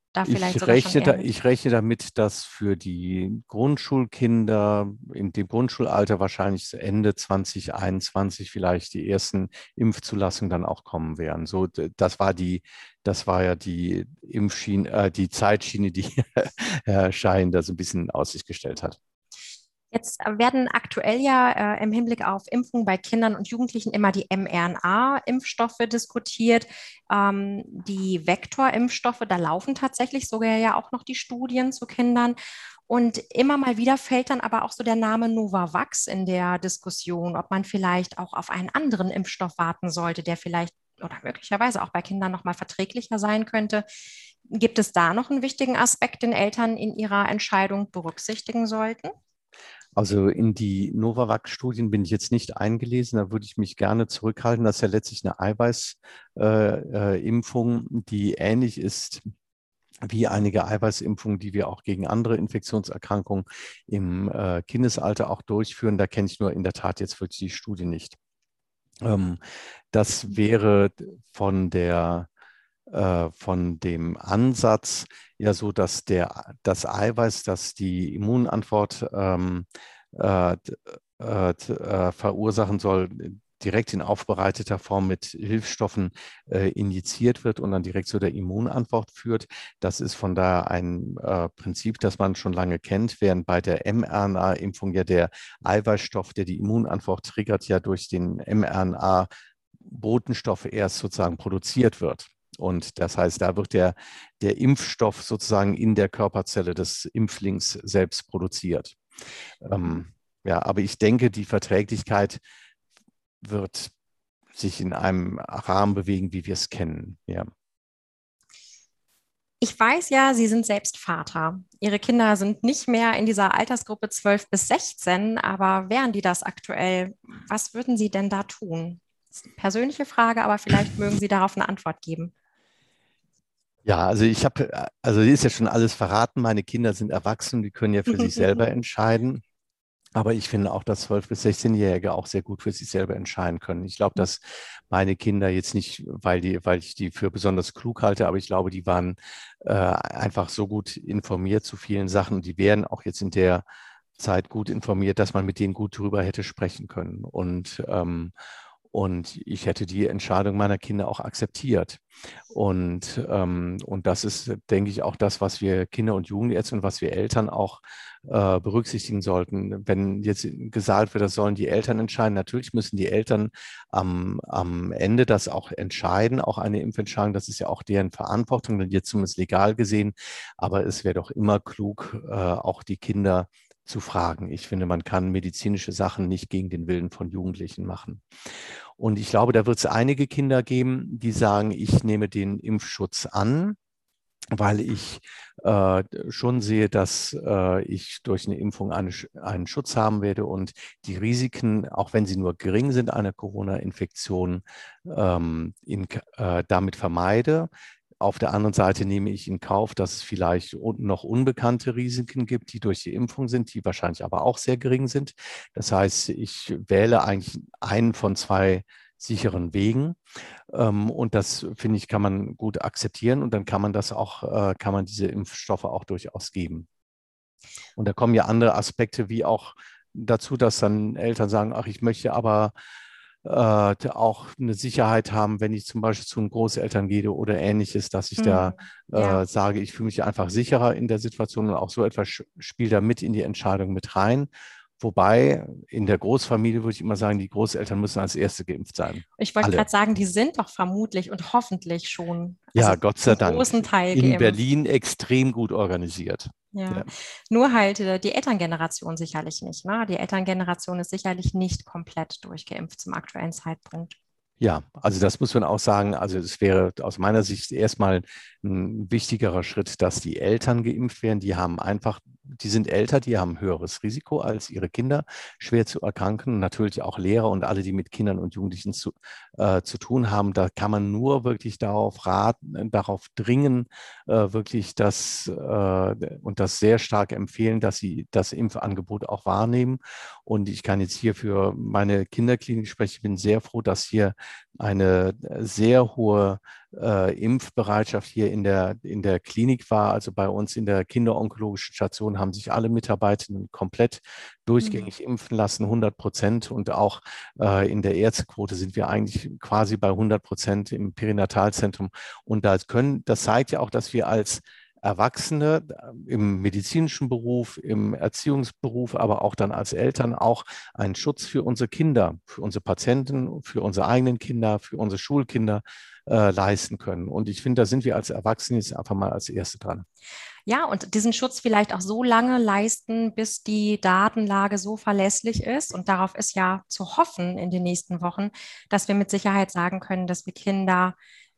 da vielleicht Ich sogar schon rechne, eher da, mit? ich rechne damit, dass für die Grundschulkinder in dem Grundschulalter wahrscheinlich so Ende zwanzig einundzwanzig vielleicht die ersten Impfzulassungen dann auch kommen werden. So, d- das war die, das war ja die Impfschiene, äh, die Zeitschiene, die Herr Schein da so ein bisschen in Aussicht gestellt hat. Jetzt werden aktuell ja äh, im Hinblick auf Impfungen bei Kindern und Jugendlichen immer die mRNA-Impfstoffe diskutiert. Ähm, die Vektorimpfstoffe, da laufen tatsächlich sogar ja auch noch die Studien zu Kindern. Und immer mal wieder fällt dann aber auch so der Name Novavax in der Diskussion, ob man vielleicht auch auf einen anderen Impfstoff warten sollte, der vielleicht oder möglicherweise auch bei Kindern noch mal verträglicher sein könnte. Gibt es da noch einen wichtigen Aspekt, den Eltern in ihrer Entscheidung berücksichtigen sollten? Also in die Novavax-Studien bin ich jetzt nicht eingelesen, da würde ich mich gerne zurückhalten. Das ist ja letztlich eine Eiweiß-Impfung, äh, äh, Impfung, die ähnlich ist wie einige Eiweißimpfungen, die wir auch gegen andere Infektionserkrankungen im äh, Kindesalter auch durchführen. Da kenne ich nur in der Tat jetzt wirklich die Studie nicht. Ähm, das wäre von der äh, von dem Ansatz ja so, dass der, das Eiweiß, das die Immunantwort ähm, äh, äh, äh, verursachen soll, direkt in aufbereiteter Form mit Hilfsstoffen äh, injiziert wird und dann direkt zu der Immunantwort führt. Das ist von daher ein äh, Prinzip, das man schon lange kennt, während bei der mRNA-Impfung ja der Eiweißstoff, der die Immunantwort triggert, ja durch den mRNA-Botenstoff erst sozusagen produziert wird. Und das heißt, da wird der, der Impfstoff sozusagen in der Körperzelle des Impflings selbst produziert. Ähm, ja, aber ich denke, die Verträglichkeit wird sich in einem Rahmen bewegen, wie wir es kennen. Ja. Ich weiß ja, Sie sind selbst Vater. Ihre Kinder sind nicht mehr in dieser Altersgruppe zwölf bis sechzehn, aber wären die das aktuell? Was würden Sie denn da tun? Das ist eine persönliche Frage, aber vielleicht mögen Sie darauf eine Antwort geben. Ja, also ich habe, also ist ja schon alles verraten. Meine Kinder sind erwachsen, die können ja für sich selber entscheiden. Aber ich finde auch, dass zwölf- bis sechzehn-Jährige auch sehr gut für sich selber entscheiden können. Ich glaube, dass meine Kinder jetzt nicht, weil die, weil ich die für besonders klug halte, aber ich glaube, die waren äh, einfach so gut informiert zu vielen Sachen. Die wären auch jetzt in der Zeit gut informiert, dass man mit denen gut drüber hätte sprechen können. Und, ähm, und ich hätte die Entscheidung meiner Kinder auch akzeptiert. Und, ähm, und das ist, denke ich, auch das, was wir Kinder und Jugendärzte und was wir Eltern auch äh, berücksichtigen sollten. Wenn jetzt gesagt wird, das sollen die Eltern entscheiden, natürlich müssen die Eltern am, am Ende das auch entscheiden, auch eine Impfentscheidung, das ist ja auch deren Verantwortung, jetzt zumindest legal gesehen. Aber es wäre doch immer klug, äh, auch die Kinder zu fragen. Ich finde, man kann medizinische Sachen nicht gegen den Willen von Jugendlichen machen. Und ich glaube, da wird es einige Kinder geben, die sagen, ich nehme den Impfschutz an, weil ich äh, schon sehe, dass äh, ich durch eine Impfung eine, einen Schutz haben werde und die Risiken, auch wenn sie nur gering sind, einer Corona-Infektion ähm, in, äh, damit vermeide. Auf der anderen Seite nehme ich in Kauf, dass es vielleicht noch unbekannte Risiken gibt, die durch die Impfung sind, die wahrscheinlich aber auch sehr gering sind. Das heißt, ich wähle eigentlich einen von zwei sicheren Wegen. Ähm, und das, finde ich, kann man gut akzeptieren und dann kann man das auch, äh, kann man diese Impfstoffe auch durchaus geben. Und da kommen ja andere Aspekte wie auch dazu, dass dann Eltern sagen, ach, ich möchte aber äh, auch eine Sicherheit haben, wenn ich zum Beispiel zu den Großeltern gehe oder ähnliches, dass ich Hm, da ja. äh, sage, ich fühle mich einfach sicherer in der Situation und auch so etwas spielt da mit in die Entscheidung mit rein. Wobei in der Großfamilie würde ich immer sagen, die Großeltern müssen als Erste geimpft sein. Ich wollte Alle. gerade sagen, die sind doch vermutlich und hoffentlich schon, also Ja, Gott sei zum Dank. großen Teil In geimpft. Berlin extrem gut organisiert. Ja, Ja. nur halt äh, die Elterngeneration sicherlich nicht, ne? Die Elterngeneration ist sicherlich nicht komplett durchgeimpft zum aktuellen Zeitpunkt. Ja, also das muss man auch sagen. Also es wäre aus meiner Sicht erstmal ein wichtigerer Schritt, dass die Eltern geimpft werden. Die haben einfach, die sind älter, die haben höheres Risiko als ihre Kinder, schwer zu erkranken. Natürlich auch Lehrer und alle, die mit Kindern und Jugendlichen zu, äh, zu tun haben. Da kann man nur wirklich darauf raten, äh, darauf dringen, äh, wirklich das äh, und das sehr stark empfehlen, dass sie das Impfangebot auch wahrnehmen. Und ich kann jetzt hier für meine Kinderklinik sprechen. Ich bin sehr froh, dass hier eine sehr hohe äh, Impfbereitschaft hier in der, in der Klinik war. Also bei uns in der kinderonkologischen Station haben sich alle Mitarbeitenden komplett durchgängig impfen lassen, hundert Prozent. Und auch äh, in der Ärztequote sind wir eigentlich quasi bei hundert Prozent im Perinatalzentrum. Und das können, das zeigt ja auch, dass wir als Erwachsene im medizinischen Beruf, im Erziehungsberuf, aber auch dann als Eltern auch einen Schutz für unsere Kinder, für unsere Patienten, für unsere eigenen Kinder, für unsere Schulkinder äh, leisten können. Und ich finde, da sind wir als Erwachsene jetzt einfach mal als Erste dran. Ja, und diesen Schutz vielleicht auch so lange leisten, bis die Datenlage so verlässlich ist. Und darauf ist ja zu hoffen in den nächsten Wochen, dass wir mit Sicherheit sagen können, dass wir Kinder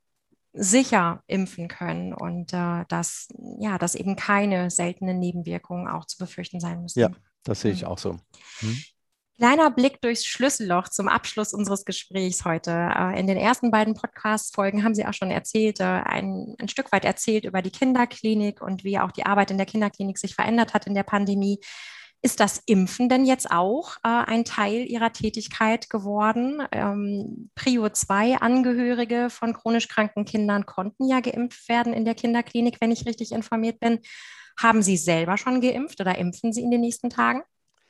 sicher impfen können und äh, dass, ja, dass eben keine seltenen Nebenwirkungen auch zu befürchten sein Ja, müssen. das sehe ich Hm. auch so. Hm? Kleiner Blick durchs Schlüsselloch zum Abschluss unseres Gesprächs heute. Äh, In den ersten beiden Podcast-Folgen haben Sie auch schon erzählt, äh, ein, ein Stück weit erzählt über die Kinderklinik und wie auch die Arbeit in der Kinderklinik sich verändert hat in der Pandemie. Ist das Impfen denn jetzt auch äh, ein Teil Ihrer Tätigkeit geworden? Ähm, Prio zwei Angehörige von chronisch kranken Kindern konnten ja geimpft werden in der Kinderklinik, wenn ich richtig informiert bin. Haben Sie selber schon geimpft oder impfen Sie in den nächsten Tagen?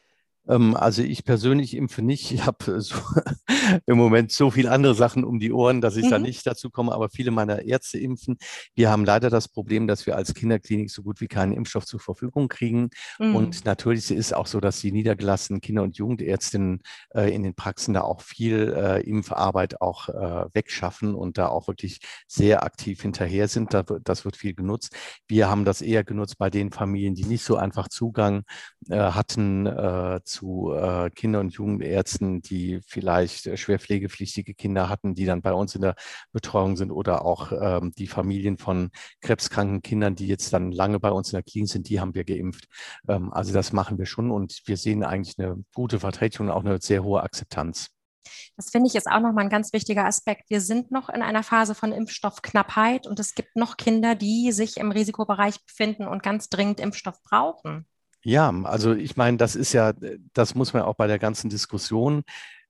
Ähm, also ich persönlich impfe nicht. Ich habe so im Moment so viele andere Sachen um die Ohren, dass ich da Mhm. nicht dazu komme. Aber viele meiner Ärzte impfen. Wir haben leider das Problem, dass wir als Kinderklinik so gut wie keinen Impfstoff zur Verfügung kriegen. Und Mhm. natürlich ist es auch so, dass die niedergelassenen Kinder- und Jugendärztinnen äh, in den Praxen da auch viel äh, Impfarbeit auch äh, wegschaffen und da auch wirklich sehr aktiv hinterher sind. Da, wird- das wird viel genutzt. Wir haben das eher genutzt bei den Familien, die nicht so einfach Zugang äh, hatten äh, zu äh, Kinder- und Jugendärzten, die vielleicht äh, schwer pflegepflichtige Kinder hatten, die dann bei uns in der Betreuung sind oder auch ähm, die Familien von krebskranken Kindern, die jetzt dann lange bei uns in der Klinik sind, die haben wir geimpft. Ähm, also das machen wir schon und wir sehen eigentlich eine gute Vertretung und auch eine sehr hohe Akzeptanz. Das finde ich ist auch nochmal ein ganz wichtiger Aspekt. Wir sind noch in einer Phase von Impfstoffknappheit und es gibt noch Kinder, die sich im Risikobereich befinden und ganz dringend Impfstoff brauchen. Ja, also ich meine, das ist ja, das muss man auch bei der ganzen Diskussion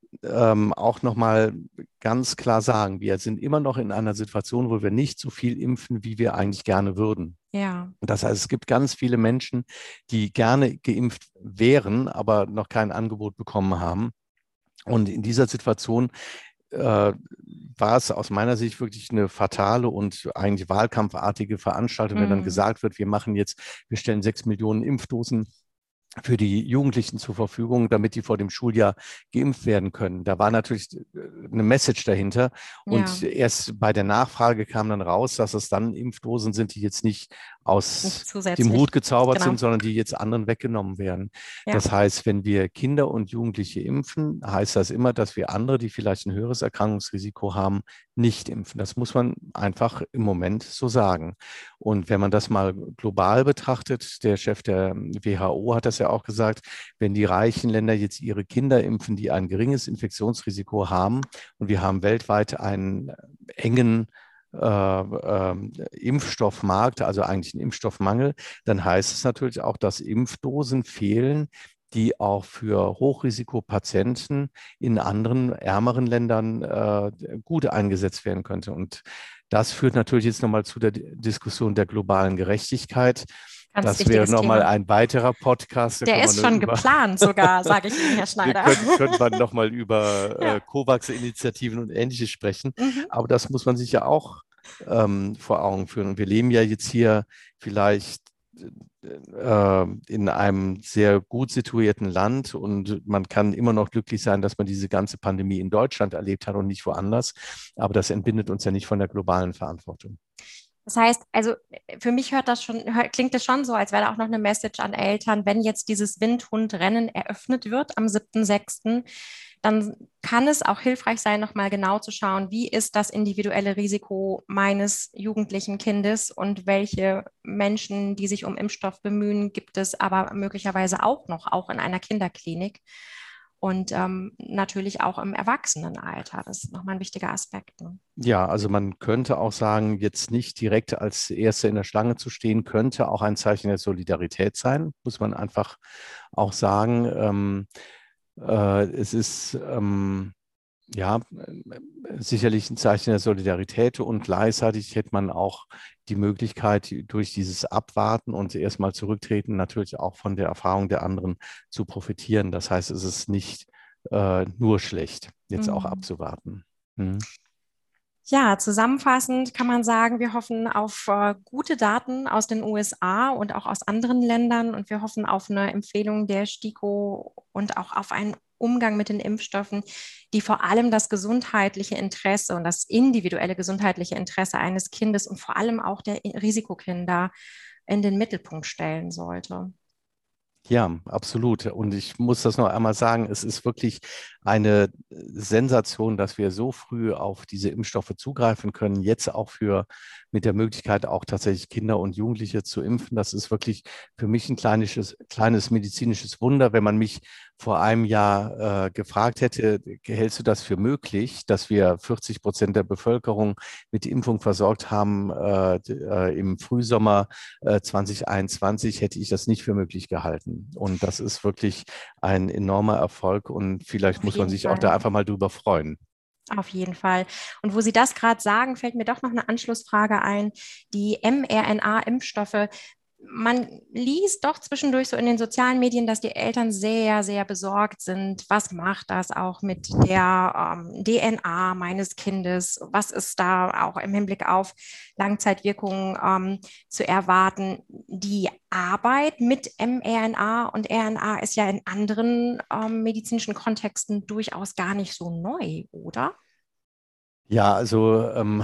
ähm, auch nochmal ganz klar sagen. Wir sind immer noch in einer Situation, wo wir nicht so viel impfen, wie wir eigentlich gerne würden. Ja. Das heißt, es gibt ganz viele Menschen, die gerne geimpft wären, aber noch kein Angebot bekommen haben. Und in dieser Situation äh, war es aus meiner Sicht wirklich eine fatale und eigentlich wahlkampfartige Veranstaltung, wenn dann Mm. gesagt wird, wir machen jetzt, wir stellen sechs Millionen Impfdosen für die Jugendlichen zur Verfügung, damit die vor dem Schuljahr geimpft werden können. Da war natürlich eine Message dahinter. Und Ja, erst bei der Nachfrage kam dann raus, dass es dann Impfdosen sind, die jetzt nicht nicht aus dem Hut zusätzlich. gezaubert Genau. sind, sondern die jetzt anderen weggenommen werden. Ja. Das heißt, wenn wir Kinder und Jugendliche impfen, heißt das immer, dass wir andere, die vielleicht ein höheres Erkrankungsrisiko haben, nicht impfen. Das muss man einfach im Moment so sagen. Und wenn man das mal global betrachtet, der Chef der W H O hat das ja auch gesagt, wenn die reichen Länder jetzt ihre Kinder impfen, die ein geringes Infektionsrisiko haben, und wir haben weltweit einen engen äh, äh, Impfstoffmarkt, also eigentlich einen Impfstoffmangel, dann heißt es natürlich auch, dass Impfdosen fehlen, die auch für Hochrisikopatienten in anderen ärmeren Ländern äh, gut eingesetzt werden könnte. Und das führt natürlich jetzt nochmal zu der Diskussion der globalen Gerechtigkeit. Ganz Das wäre wichtiges nochmal Thema. ein weiterer Podcast, da Der können wir ist nur schon über, geplant sogar, sage ich Ihnen, Herr wir Schneider. können, können wir nochmal über äh, Ja. COVAX-Initiativen und Ähnliches sprechen. Mhm. Aber das muss man sich ja auch ähm, vor Augen führen. Und wir leben ja jetzt hier vielleicht äh, in einem sehr gut situierten Land und man kann immer noch glücklich sein, dass man diese ganze Pandemie in Deutschland erlebt hat und nicht woanders. Aber das entbindet uns ja nicht von der globalen Verantwortung. Das heißt, also für mich hört das schon, hört, klingt es schon so, als wäre da auch noch eine Message an Eltern, wenn jetzt dieses Windhundrennen eröffnet wird am siebten sechsten, dann kann es auch hilfreich sein, nochmal genau zu schauen, wie ist das individuelle Risiko meines jugendlichen Kindes und welche Menschen, die sich um Impfstoff bemühen, gibt es aber möglicherweise auch noch, auch in einer Kinderklinik und ähm, natürlich auch im Erwachsenenalter. Das ist nochmal ein wichtiger Aspekt. Ne? Ja, also man könnte auch sagen, jetzt nicht direkt als Erster in der Schlange zu stehen, könnte auch ein Zeichen der Solidarität sein, muss man einfach auch sagen. Ähm, äh, es ist ähm, Ja, sicherlich ein Zeichen der Solidarität und gleichzeitig hätte man auch die Möglichkeit, durch dieses Abwarten und erstmal zurücktreten, natürlich auch von der Erfahrung der anderen zu profitieren. Das heißt, es ist nicht äh, nur schlecht, jetzt auch Mhm. abzuwarten. Hm. Ja, zusammenfassend kann man sagen, wir hoffen auf äh, gute Daten aus den U S A und auch aus anderen Ländern und wir hoffen auf eine Empfehlung der STIKO und auch auf einen Umgang mit den Impfstoffen, die vor allem das gesundheitliche Interesse und das individuelle gesundheitliche Interesse eines Kindes und vor allem auch der Risikokinder in den Mittelpunkt stellen sollte. Ja, absolut. Und ich muss das noch einmal sagen, es ist wirklich eine Sensation, dass wir so früh auf diese Impfstoffe zugreifen können, jetzt auch für mit der Möglichkeit auch tatsächlich Kinder und Jugendliche zu impfen. Das ist wirklich für mich ein kleines, kleines medizinisches Wunder. Wenn man mich vor einem Jahr äh, gefragt hätte, hältst du das für möglich, dass wir vierzig Prozent der Bevölkerung mit Impfung versorgt haben äh, äh, im Frühsommer äh, zwanzig einundzwanzig, hätte ich das nicht für möglich gehalten. Und das ist wirklich ein enormer Erfolg und vielleicht Auf muss man jeden sich auch da Fall. einfach mal drüber freuen. Auf jeden Fall. Und wo Sie das gerade sagen, fällt mir doch noch eine Anschlussfrage ein. Die mRNA-Impfstoffe, man liest doch zwischendurch so in den sozialen Medien, dass die Eltern sehr, sehr besorgt sind. Was macht das auch mit der ähm, D N A meines Kindes? Was ist da auch im Hinblick auf Langzeitwirkungen ähm, zu erwarten? Die Arbeit mit mRNA und R N A ist ja in anderen ähm, medizinischen Kontexten durchaus gar nicht so neu, oder? Ja, also ähm,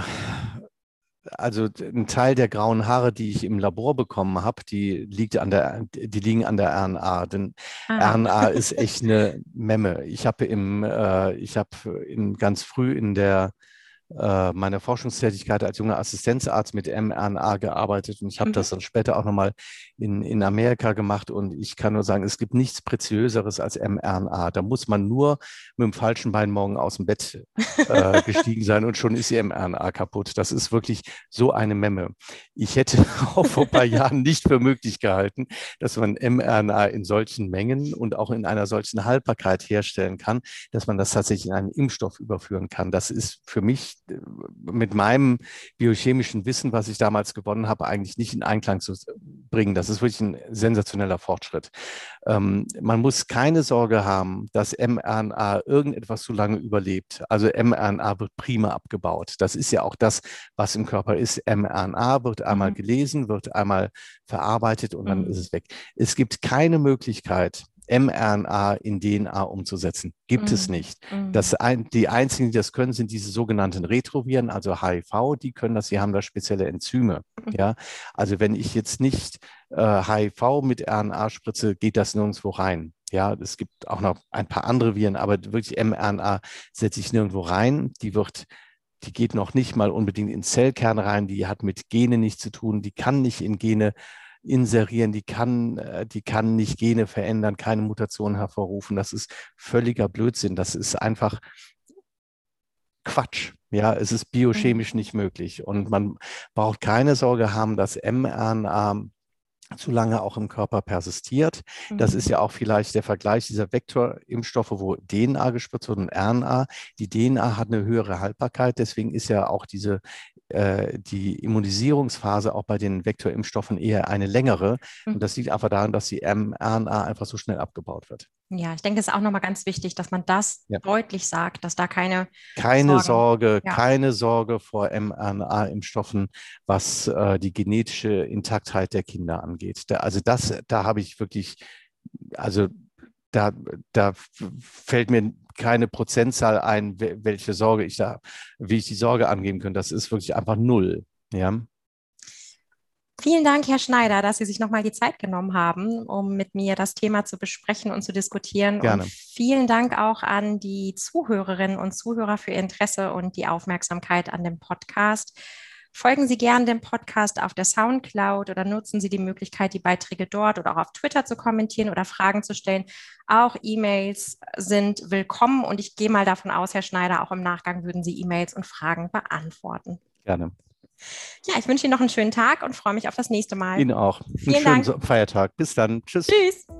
Also ein Teil der grauen Haare, die ich im Labor bekommen habe, die liegt an der, die liegen an der R N A. Denn Ah, R N A ist echt eine Memme. Ich habe im, äh, ich habe in ganz früh in der äh, meiner Forschungstätigkeit als junger Assistenzarzt mit mRNA gearbeitet und ich habe mhm. das dann später auch nochmal in, in Amerika gemacht und ich kann nur sagen, es gibt nichts Preziöseres als mRNA. Da muss man nur mit dem falschen Bein morgen aus dem Bett äh, gestiegen sein und schon ist die mRNA kaputt. Das ist wirklich so eine Memme. Ich hätte auch vor ein paar Jahren nicht für möglich gehalten, dass man mRNA in solchen Mengen und auch in einer solchen Haltbarkeit herstellen kann, dass man das tatsächlich in einen Impfstoff überführen kann. Das ist für mich äh, mit meinem biochemischen Wissen, was ich damals gewonnen habe, eigentlich nicht in Einklang zu bringen. Das ist wirklich ein sensationeller Fortschritt. Ähm, man muss keine Sorge haben, dass mRNA irgendetwas zu lange überlebt. Also mRNA wird prima abgebaut. Das ist ja auch das, was im Körper ist. mRNA wird einmal Mhm. gelesen, wird einmal verarbeitet und dann ist Mhm. es weg. Es gibt keine Möglichkeit, mRNA in D N A umzusetzen. Gibt es Mhm. nicht. Das Mhm. ein, die einzigen, die das können, sind diese sogenannten Retroviren, also H I V, die können das, die haben da spezielle Enzyme. Ja, also wenn ich jetzt nicht äh, H I V mit R N A spritze, geht das nirgendwo rein. Ja, es gibt auch noch ein paar andere Viren, aber wirklich mRNA setze ich nirgendwo rein. Die wird die geht noch nicht mal unbedingt in Zellkern rein, die hat mit Genen nichts zu tun, die kann nicht in Gene inserieren, die kann, äh, die kann nicht Gene verändern, keine Mutation hervorrufen. Das ist völliger Blödsinn. Das ist einfach Quatsch. Ja, es ist Mhm. biochemisch nicht möglich. Und man braucht keine Sorge haben, dass mRNA zu lange auch im Körper persistiert. Das ist Mhm. ja auch vielleicht der Vergleich dieser Vektorimpfstoffe, wo D N A gespritzt wird und R N A. Die D N A hat eine höhere Haltbarkeit, deswegen ist ja auch diese äh, die Immunisierungsphase auch bei den Vektorimpfstoffen eher eine längere. Und Mhm. das liegt einfach daran, dass die mRNA einfach so schnell abgebaut wird. Ja, ich denke, es ist auch nochmal ganz wichtig, dass man das Ja. deutlich sagt, dass da keine Keine Sorgen, Sorge, ja. keine Sorge vor mRNA-Impfstoffen, was äh, die genetische Intaktheit der Kinder angeht. Da, also das, da habe ich wirklich, also da, da fällt mir keine Prozentzahl ein, welche Sorge ich da, wie ich die Sorge angeben könnte. Das ist wirklich einfach null. Ja, Vielen Dank, Herr Schneider, dass Sie sich nochmal die Zeit genommen haben, um mit mir das Thema zu besprechen und zu diskutieren. Und gerne. vielen Dank auch an die Zuhörerinnen und Zuhörer für Ihr Interesse und die Aufmerksamkeit an dem Podcast. Folgen Sie gern dem Podcast auf der SoundCloud oder nutzen Sie die Möglichkeit, die Beiträge dort oder auch auf Twitter zu kommentieren oder Fragen zu stellen. Auch E-Mails sind willkommen und ich gehe mal davon aus, Herr Schneider, auch im Nachgang würden Sie E-Mails und Fragen beantworten. Gerne. Ja, ich wünsche Ihnen noch einen schönen Tag und freue mich auf das nächste Mal. Ihnen auch. Einen Vielen schönen Dank. So- Feiertag. Bis dann. Tschüss. Tschüss.